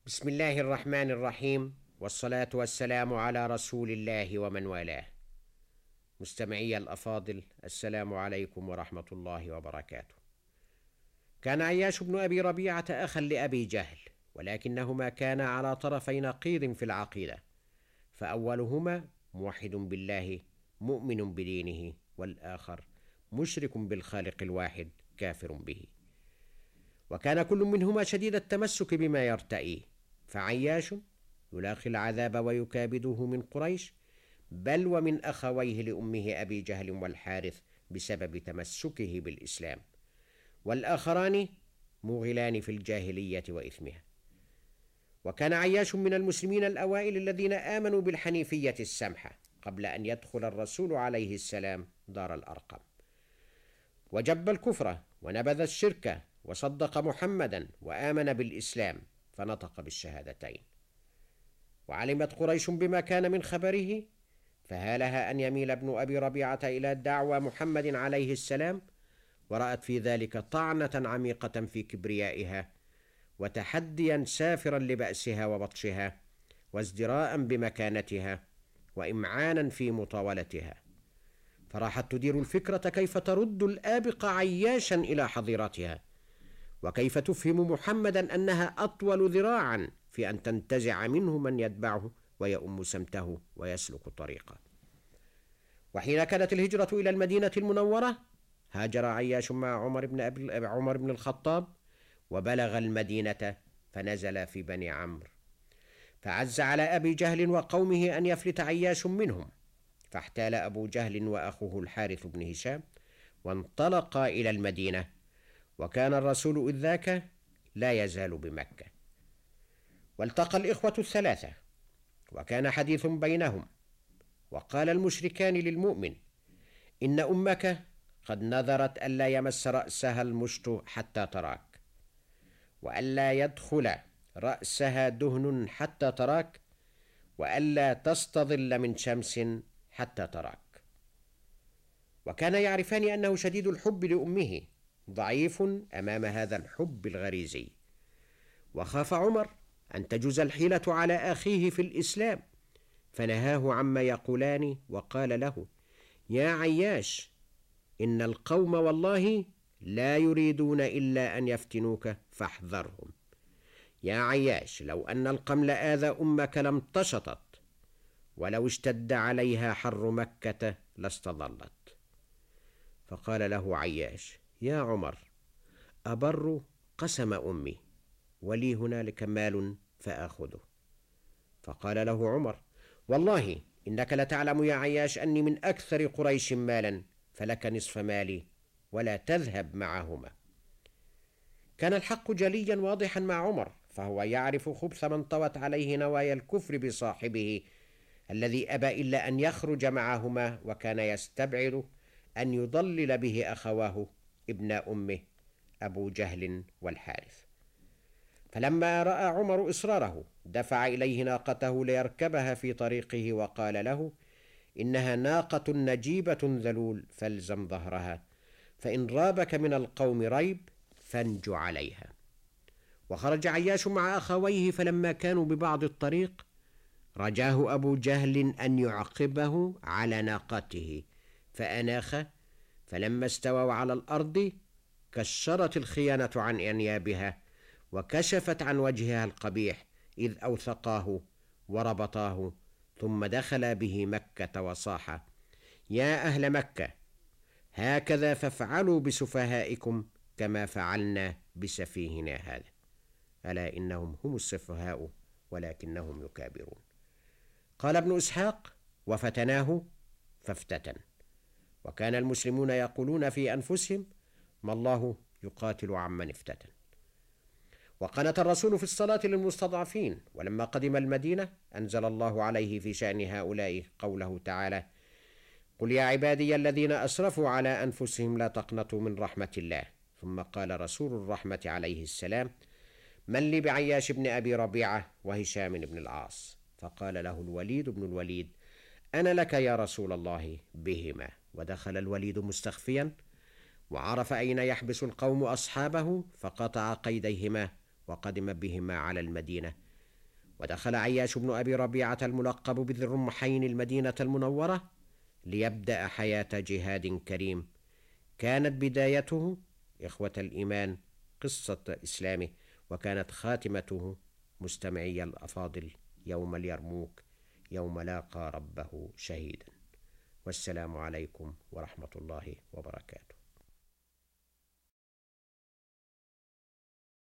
بسم الله الرحمن الرحيم، والصلاة والسلام على رسول الله ومن والاه. مستمعي الأفاضل، السلام عليكم ورحمة الله وبركاته. كان عياش بن أبي ربيعة أخا لأبي جهل، ولكنهما كانا على طرفي نقيض في العقيدة، فأولهما موحد بالله مؤمن بدينه، والآخر مشرك بالخالق الواحد كافر به. وكان كل منهما شديد التمسك بما يرتئيه، فعياش يلاقي العذاب ويكابده من قريش، بل ومن أخويه لأمه أبي جهل والحارث بسبب تمسكه بالإسلام، والآخران موغلان في الجاهلية وإثمها. وكان عياش من المسلمين الأوائل الذين آمنوا بالحنيفية السمحة قبل أن يدخل الرسول عليه السلام دار الأرقم، وجب الكفر ونبذ الشرك وصدق محمدا وآمن بالإسلام، فنطق بالشهادتين. وعلمت قريش بما كان من خبره، فهالها أن يميل ابن أبي ربيعة إلى دعوى محمد عليه السلام، ورأت في ذلك طعنة عميقة في كبريائها، وتحديا سافرا لبأسها وبطشها، وازدراء بمكانتها، وإمعانا في مطاولتها. فراحت تدير الفكرة كيف ترد الآبق عياشا إلى حظيرتها، وكيف تفهم محمدا أنها أطول ذراعا في أن تنتزع منه من يتبعه ويؤم سمته ويسلك طريقه. وحين كانت الهجرة إلى المدينة المنورة، هاجر عياش مع عمر بن الخطاب، وبلغ المدينة فنزل في بني عمرو، فعز على أبي جهل وقومه أن يفلت عياش منهم، فاحتال أبو جهل وأخوه الحارث بن هشام وانطلقا إلى المدينة، وكان الرسول إذ ذاك لا يزال بمكة. والتقى الإخوة الثلاثة، وكان حديث بينهم، وقال المشركان للمؤمن: إن أمك قد نذرت ألا يمس رأسها المشط حتى تراك، وألا يدخل رأسها دهن حتى تراك، وألا تستظل من شمس حتى تراك. وكان يعرفان أنه شديد الحب لأمه، ضعيف أمام هذا الحب الغريزي. وخاف عمر أن تجوز الحيلة على أخيه في الإسلام، فنهاه عما يقولان، وقال له: يا عياش، إن القوم والله لا يريدون إلا أن يفتنوك، فاحذرهم. يا عياش، لو أن القمل آذى أمك لامتشطت، ولو اشتد عليها حر مكة لاستظلت. فقال له عياش: يا عمر، أبر قسم أمي، ولي هنالك مال فآخذه. فقال له عمر: والله إنك لتعلم يا عياش أني من أكثر قريش مالا، فلك نصف مالي، ولا تذهب معهما. كان الحق جليا واضحا مع عمر، فهو يعرف خبث من طوت عليه نوايا الكفر بصاحبه الذي أبى إلا أن يخرج معهما، وكان يستبعد أن يضلل به أخواه ابن أمه أبو جهل والحارث. فلما رأى عمر إصراره، دفع إليه ناقته ليركبها في طريقه، وقال له: إنها ناقة نجيبة ذلول، فالزم ظهرها، فإن رابك من القوم ريب فانج عليها. وخرج عياش مع أخويه، فلما كانوا ببعض الطريق رجاه أبو جهل أن يعقبه على ناقته، فأناخ، فلما استووا على الأرض كشرت الخيانة عن أنيابها، وكشفت عن وجهها القبيح، إذ أوثقاه وربطاه، ثم دخل به مكة وصاح: يا أهل مكة، هكذا فافعلوا بسفهائكم كما فعلنا بسفيهنا هذا، ألا إنهم هم السفهاء ولكنهم يكابرون. قال ابن إسحاق: وفتناه فافتتن. وكان المسلمون يقولون في أنفسهم: ما الله يقاتل عمن افتتن. وقنت الرسول في الصلاة للمستضعفين، ولما قدم المدينة أنزل الله عليه في شأن هؤلاء قوله تعالى: قل يا عبادي الذين أسرفوا على أنفسهم لا تقنطوا من رحمة الله. ثم قال رسول الرحمة عليه السلام: من لي بعياش بن أبي ربيعة وهشام بن العاص؟ فقال له الوليد بن الوليد: أنا لك يا رسول الله بهما. ودخل الوليد مستخفيا، وعرف أين يحبس القوم أصحابه، فقطع قيديهما وقدم بهما على المدينة، ودخل عياش بن أبي ربيعة الملقب بذي الرمحين المدينة المنورة ليبدأ حياة جهاد كريم كانت بدايته إخوة الإيمان قصة إسلامه، وكانت خاتمته مستمعي الأفاضل يوم اليرموك، يوم لاقى ربه شهيدا. والسلام عليكم ورحمة الله وبركاته.